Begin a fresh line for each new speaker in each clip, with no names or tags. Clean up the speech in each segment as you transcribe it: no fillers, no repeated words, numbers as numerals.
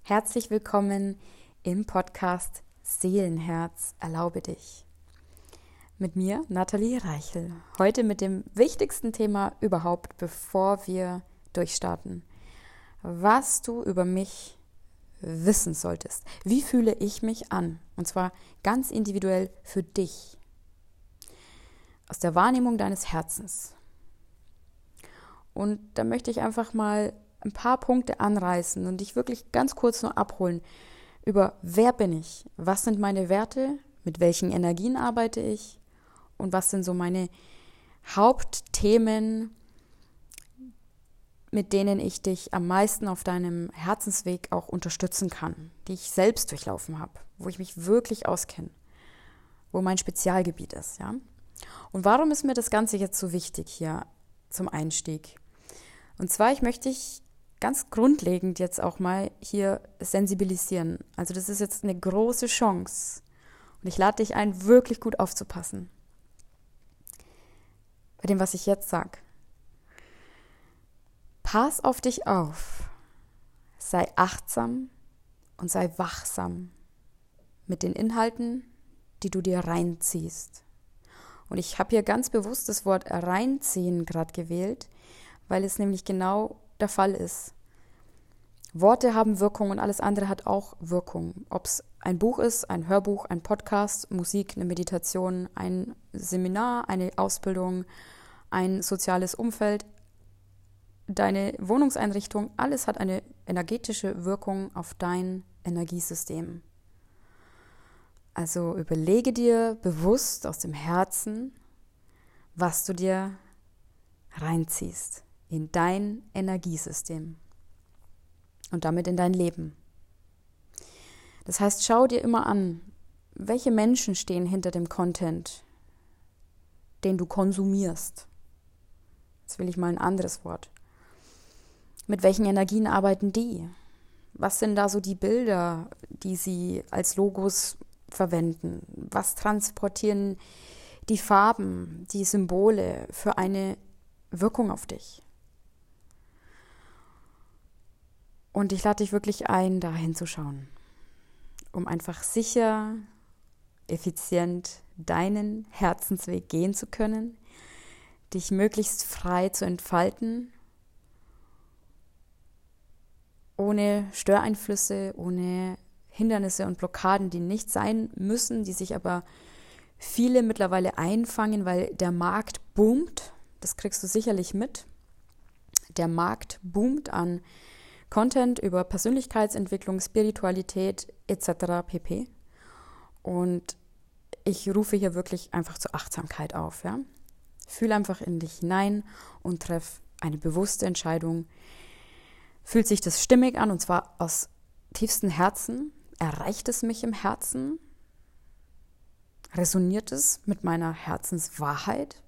Herzlich willkommen im Podcast Seelenherz, erlaube dich. Mit mir, Nathalie Reichel. Heute mit dem wichtigsten Thema überhaupt, bevor wir durchstarten. Was du über mich wissen solltest. Wie fühle ich mich an? Und zwar ganz individuell für dich. Aus der Wahrnehmung deines Herzens. Und da möchte ich einfach mal ein paar Punkte anreißen und dich wirklich ganz kurz nur abholen über wer bin ich, was sind meine Werte, mit welchen Energien arbeite ich und was sind so meine Hauptthemen, mit denen ich dich am meisten auf deinem Herzensweg auch unterstützen kann, die ich selbst durchlaufen habe, wo ich mich wirklich auskenne, wo mein Spezialgebiet ist, ja. Und warum ist mir das Ganze jetzt so wichtig hier zum Einstieg? Und zwar, ich möchte dich ganz grundlegend jetzt auch mal hier sensibilisieren. Also das ist jetzt eine große Chance. Und ich lade dich ein, wirklich gut aufzupassen. Bei dem, was ich jetzt sage. Pass auf dich auf. Sei achtsam und sei wachsam mit den Inhalten, die du dir reinziehst. Und ich habe hier ganz bewusst das Wort reinziehen gerade gewählt, weil es nämlich genau der Fall ist. Worte haben Wirkung und alles andere hat auch Wirkung. Ob es ein Buch ist, ein Hörbuch, ein Podcast, Musik, eine Meditation, ein Seminar, eine Ausbildung, ein soziales Umfeld, deine Wohnungseinrichtung, alles hat eine energetische Wirkung auf dein Energiesystem. Also überlege dir bewusst aus dem Herzen, was du dir reinziehst in dein Energiesystem und damit in dein Leben. Das heißt, schau dir immer an, welche Menschen stehen hinter dem Content, den du konsumierst. Jetzt will ich mal ein anderes Wort. Mit welchen Energien arbeiten die? Was sind da so die Bilder, die sie als Logos verwenden? Was transportieren die Farben, die Symbole für eine Wirkung auf dich? Und ich lade dich wirklich ein, da hinzuschauen, um einfach sicher, effizient deinen Herzensweg gehen zu können, dich möglichst frei zu entfalten, ohne Störeinflüsse, ohne Hindernisse und Blockaden, die nicht sein müssen, die sich aber viele mittlerweile einfangen, weil der Markt boomt. Das kriegst du sicherlich mit. Der Markt boomt an Content über Persönlichkeitsentwicklung, Spiritualität etc. pp. Und ich rufe hier wirklich einfach zur Achtsamkeit auf. Ja? Fühl einfach in dich hinein und treff eine bewusste Entscheidung. Fühlt sich das stimmig an und zwar aus tiefstem Herzen? Erreicht es mich im Herzen? Resoniert es mit meiner Herzenswahrheit?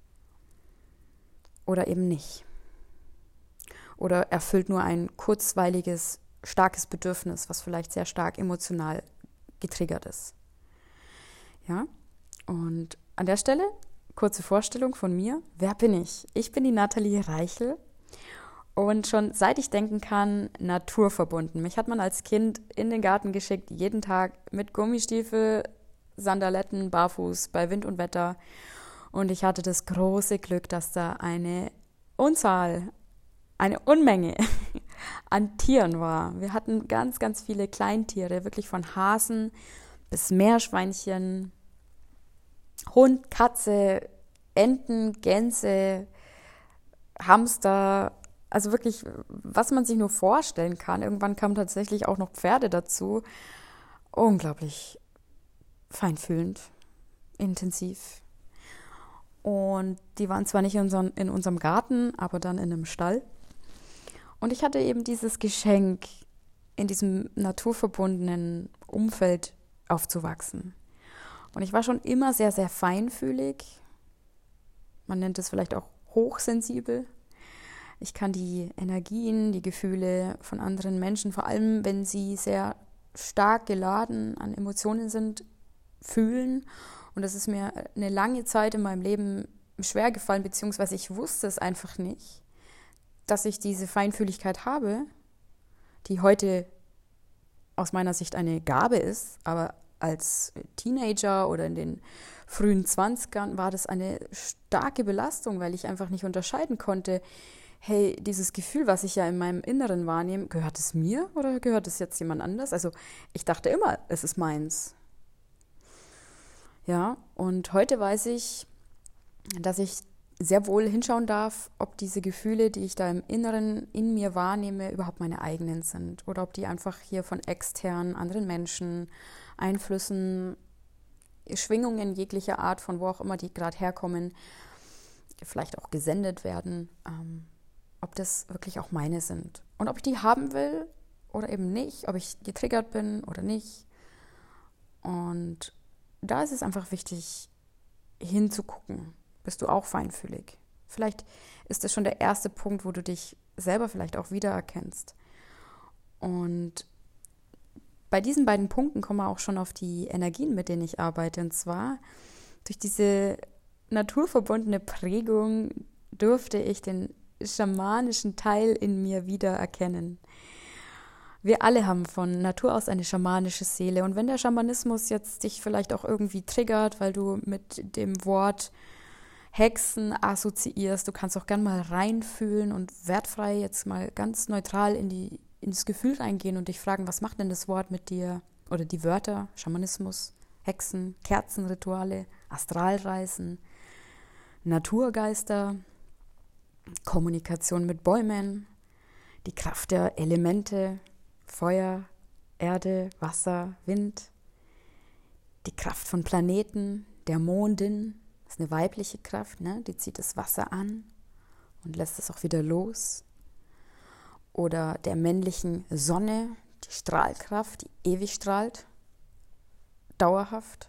Oder eben nicht? Oder erfüllt nur ein kurzweiliges, starkes Bedürfnis, was vielleicht sehr stark emotional getriggert ist. Ja, und an der Stelle kurze Vorstellung von mir. Wer bin ich? Ich bin die Nathalie Reichel und schon seit ich denken kann, naturverbunden. Mich hat man als Kind in den Garten geschickt, jeden Tag mit Gummistiefel, Sandaletten, barfuß, bei Wind und Wetter. Und ich hatte das große Glück, dass da eine Unmenge an Tieren war. Wir hatten ganz, ganz viele Kleintiere, wirklich von Hasen bis Meerschweinchen, Hund, Katze, Enten, Gänse, Hamster, also wirklich, was man sich nur vorstellen kann. Irgendwann kamen tatsächlich auch noch Pferde dazu. Unglaublich feinfühlend, intensiv. Und die waren zwar nicht in unserem Garten, aber dann in einem Stall. Und ich hatte eben dieses Geschenk, in diesem naturverbundenen Umfeld aufzuwachsen. Und ich war schon immer sehr, sehr feinfühlig. Man nennt es vielleicht auch hochsensibel. Ich kann die Energien, die Gefühle von anderen Menschen, vor allem wenn sie sehr stark geladen an Emotionen sind, fühlen. Und das ist mir eine lange Zeit in meinem Leben schwer gefallen, beziehungsweise ich wusste es einfach nicht, dass ich diese Feinfühligkeit habe, die heute aus meiner Sicht eine Gabe ist, aber als Teenager oder in den frühen Zwanzigern war das eine starke Belastung, weil ich einfach nicht unterscheiden konnte, hey, dieses Gefühl, was ich ja in meinem Inneren wahrnehme, gehört es mir oder gehört es jetzt jemand anders? Also ich dachte immer, es ist meins. Ja, und heute weiß ich, dass ich sehr wohl hinschauen darf, ob diese Gefühle, die ich da im Inneren in mir wahrnehme, überhaupt meine eigenen sind oder ob die einfach hier von externen, anderen Menschen, Einflüssen, Schwingungen jeglicher Art, von wo auch immer die gerade herkommen, vielleicht auch gesendet werden, ob das wirklich auch meine sind. Und ob ich die haben will oder eben nicht, ob ich getriggert bin oder nicht. Und da ist es einfach wichtig, hinzugucken. Bist du auch feinfühlig? Vielleicht ist das schon der erste Punkt, wo du dich selber vielleicht auch wiedererkennst. Und bei diesen beiden Punkten kommen wir auch schon auf die Energien, mit denen ich arbeite. Und zwar durch diese naturverbundene Prägung durfte ich den schamanischen Teil in mir wiedererkennen. Wir alle haben von Natur aus eine schamanische Seele. Und wenn der Schamanismus jetzt dich vielleicht auch irgendwie triggert, weil du mit dem Wort Hexen assoziierst, du kannst auch gern mal reinfühlen und wertfrei jetzt mal ganz neutral ins Gefühl reingehen und dich fragen, was macht denn das Wort mit dir? Oder die Wörter, Schamanismus, Hexen, Kerzenrituale, Astralreisen, Naturgeister, Kommunikation mit Bäumen, die Kraft der Elemente, Feuer, Erde, Wasser, Wind, die Kraft von Planeten, der Mondin, das ist eine weibliche Kraft, ne? Die zieht das Wasser an und lässt es auch wieder los. Oder der männlichen Sonne, die Strahlkraft, die ewig strahlt, dauerhaft.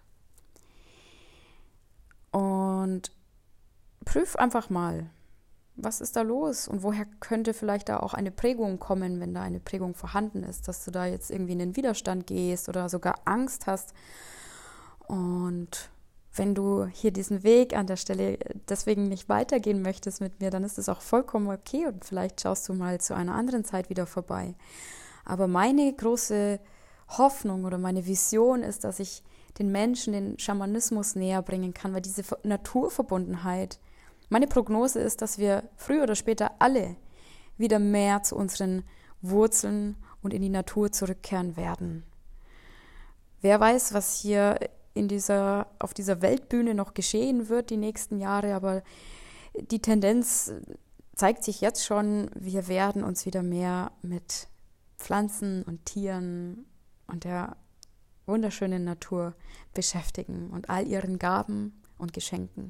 Und prüf einfach mal, was ist da los und woher könnte vielleicht da auch eine Prägung kommen, wenn da eine Prägung vorhanden ist, dass du da jetzt irgendwie in den Widerstand gehst oder sogar Angst hast. Und wenn du hier diesen Weg an der Stelle deswegen nicht weitergehen möchtest mit mir, dann ist es auch vollkommen okay und vielleicht schaust du mal zu einer anderen Zeit wieder vorbei. Aber meine große Hoffnung oder meine Vision ist, dass ich den Menschen den Schamanismus näher bringen kann, weil diese Naturverbundenheit, meine Prognose ist, dass wir früher oder später alle wieder mehr zu unseren Wurzeln und in die Natur zurückkehren werden. Wer weiß, was hier auf dieser Weltbühne noch geschehen wird die nächsten Jahre, aber die Tendenz zeigt sich jetzt schon, wir werden uns wieder mehr mit Pflanzen und Tieren und der wunderschönen Natur beschäftigen und all ihren Gaben und Geschenken.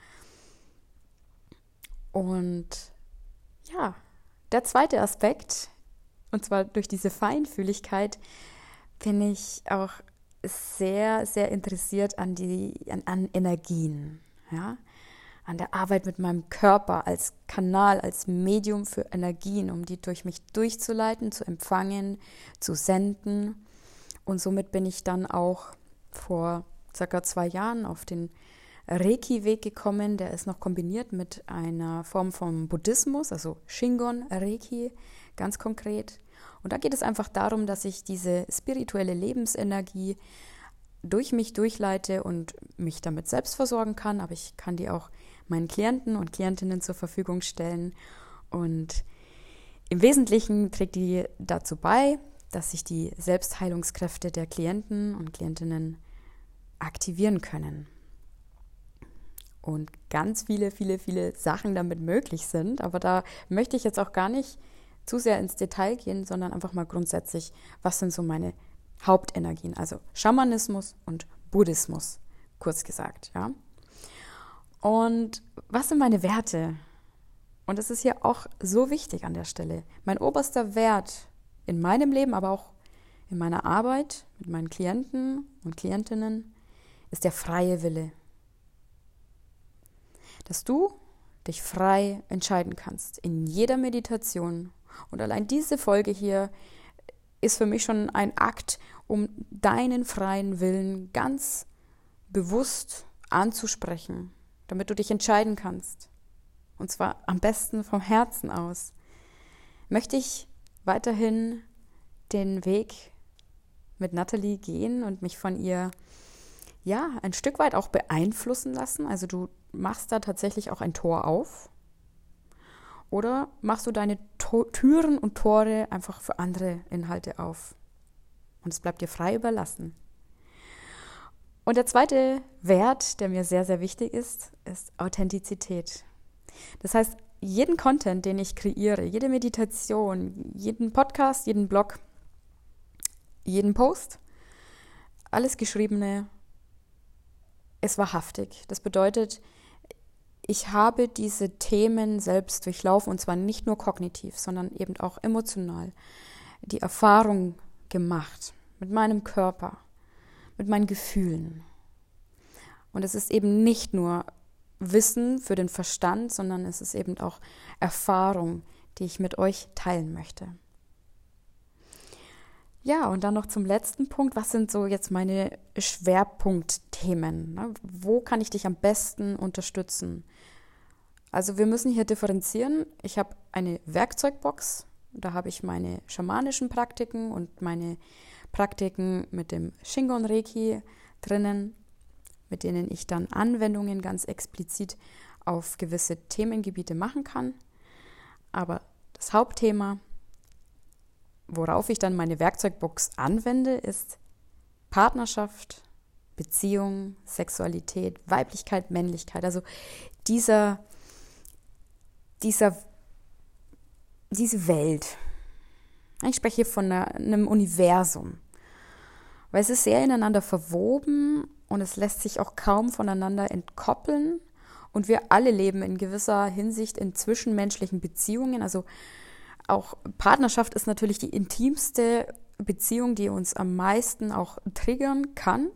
Und ja, der zweite Aspekt, und zwar durch diese Feinfühligkeit, bin ich auch sehr, sehr interessiert an Energien, ja? An der Arbeit mit meinem Körper als Kanal, als Medium für Energien, um die durch mich durchzuleiten, zu empfangen, zu senden. Und somit bin ich dann auch vor ca. 2 Jahren auf den Reiki-Weg gekommen. Der ist noch kombiniert mit einer Form von Buddhismus, also Shingon-Reiki, ganz konkret. Und da geht es einfach darum, dass ich diese spirituelle Lebensenergie durch mich durchleite und mich damit selbst versorgen kann, aber ich kann die auch meinen Klienten und Klientinnen zur Verfügung stellen. Und im Wesentlichen trägt die dazu bei, dass sich die Selbstheilungskräfte der Klienten und Klientinnen aktivieren können. Und ganz viele, viele, viele Sachen damit möglich sind, aber da möchte ich jetzt auch gar nicht zu sehr ins Detail gehen, sondern einfach mal grundsätzlich, was sind so meine Hauptenergien, also Schamanismus und Buddhismus, kurz gesagt, ja. Und was sind meine Werte? Und es ist hier auch so wichtig an der Stelle. Mein oberster Wert in meinem Leben, aber auch in meiner Arbeit mit meinen Klienten und Klientinnen ist der freie Wille. Dass du dich frei entscheiden kannst in jeder Meditation. Und allein diese Folge hier ist für mich schon ein Akt, um deinen freien Willen ganz bewusst anzusprechen, damit du dich entscheiden kannst. Und zwar am besten vom Herzen aus. Möchte ich weiterhin den Weg mit Natalie gehen und mich von ihr ein Stück weit auch beeinflussen lassen. Also du machst da tatsächlich auch ein Tor auf. Oder machst du deine Türen und Tore einfach für andere Inhalte auf. Und es bleibt dir frei überlassen. Und der zweite Wert, der mir sehr, sehr wichtig ist Authentizität. Das heißt, jeden Content, den ich kreiere, jede Meditation, jeden Podcast, jeden Blog, jeden Post, alles Geschriebene ist wahrhaftig. Das bedeutet, ich habe diese Themen selbst durchlaufen und zwar nicht nur kognitiv, sondern eben auch emotional. Die Erfahrung gemacht mit meinem Körper, mit meinen Gefühlen. Und es ist eben nicht nur Wissen für den Verstand, sondern es ist eben auch Erfahrung, die ich mit euch teilen möchte. Ja, und dann noch zum letzten Punkt. Was sind so jetzt meine Schwerpunktthemen? Wo kann ich dich am besten unterstützen? Also wir müssen hier differenzieren. Ich habe eine Werkzeugbox. Da habe ich meine schamanischen Praktiken und meine Praktiken mit dem Shingon Reiki drinnen, mit denen ich dann Anwendungen ganz explizit auf gewisse Themengebiete machen kann. Aber das Hauptthema, worauf ich dann meine Werkzeugbox anwende, ist Partnerschaft, Beziehung, Sexualität, Weiblichkeit, Männlichkeit. Also diese Welt. Ich spreche hier von einem Universum, weil es ist sehr ineinander verwoben und es lässt sich auch kaum voneinander entkoppeln. Und wir alle leben in gewisser Hinsicht in zwischenmenschlichen Beziehungen. Also auch Partnerschaft ist natürlich die intimste Beziehung, die uns am meisten auch triggern kann,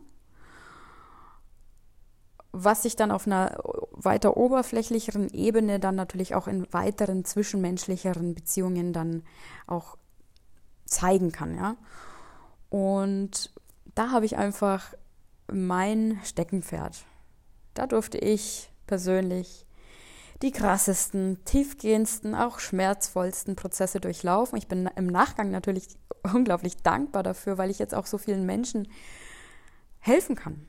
was sich dann auf einer weiter oberflächlicheren Ebene dann natürlich auch in weiteren zwischenmenschlicheren Beziehungen dann auch zeigen kann, ja. Und da habe ich einfach mein Steckenpferd. Da durfte ich persönlich die krassesten, tiefgehendsten, auch schmerzvollsten Prozesse durchlaufen. Ich bin im Nachgang natürlich unglaublich dankbar dafür, weil ich jetzt auch so vielen Menschen helfen kann.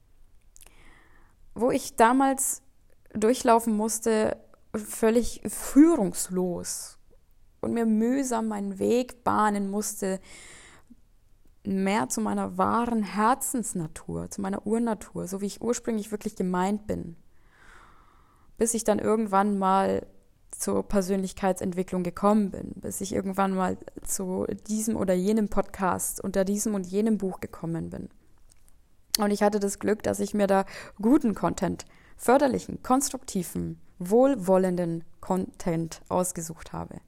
Wo ich damals durchlaufen musste, völlig führungslos und mir mühsam meinen Weg bahnen musste, mehr zu meiner wahren Herzensnatur, zu meiner Urnatur, so wie ich ursprünglich wirklich gemeint bin. Bis ich dann irgendwann mal zur Persönlichkeitsentwicklung gekommen bin, bis ich irgendwann mal zu diesem oder jenem Podcast unter diesem und jenem Buch gekommen bin. Und ich hatte das Glück, dass ich mir da guten Content, förderlichen, konstruktiven, wohlwollenden Content ausgesucht habe.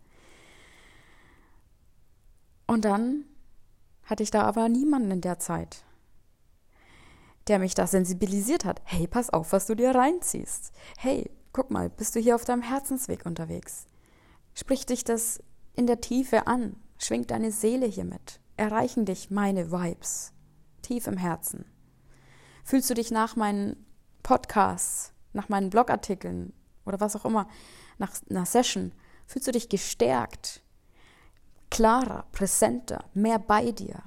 Und dann hatte ich da aber niemanden in der Zeit, der mich da sensibilisiert hat. Hey, pass auf, was du dir reinziehst. Hey, guck mal, bist du hier auf deinem Herzensweg unterwegs? Sprich dich das in der Tiefe an. Schwingt deine Seele hier mit. Erreichen dich meine Vibes tief im Herzen. Fühlst du dich nach meinen Podcasts, nach meinen Blogartikeln oder was auch immer, nach einer Session, fühlst du dich gestärkt, klarer, präsenter, mehr bei dir,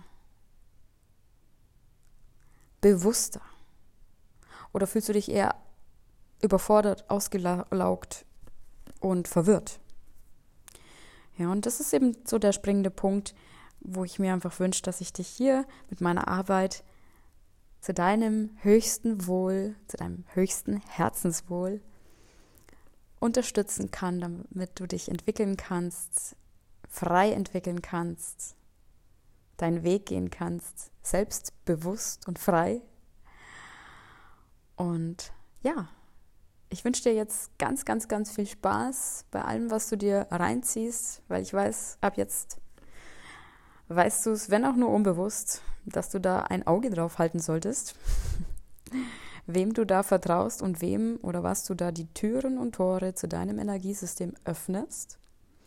bewusster? Oder fühlst du dich eher überfordert, ausgelaugt und verwirrt? Ja, und das ist eben so der springende Punkt, wo ich mir einfach wünsche, dass ich dich hier mit meiner Arbeit zu deinem höchsten Wohl, zu deinem höchsten Herzenswohl unterstützen kann, damit du dich entwickeln kannst, frei entwickeln kannst, deinen Weg gehen kannst, selbstbewusst und frei. Und ja, ich wünsche dir jetzt ganz, ganz, ganz viel Spaß bei allem, was du dir reinziehst, weil ich weiß, ab jetzt weißt du es, wenn auch nur unbewusst, dass du da ein Auge drauf halten solltest, wem du da vertraust und wem oder was du da die Türen und Tore zu deinem Energiesystem öffnest.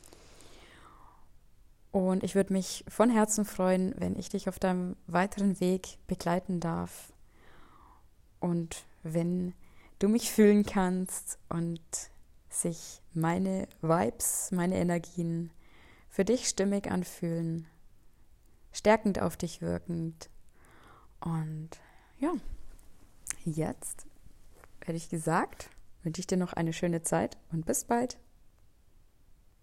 Und ich würde mich von Herzen freuen, wenn ich dich auf deinem weiteren Weg begleiten darf und wenn du mich fühlen kannst und sich meine Vibes, meine Energien für dich stimmig anfühlen. stärkend auf dich wirkend. Und ja, jetzt hätte ich gesagt, wünsche ich dir noch eine schöne Zeit und bis bald.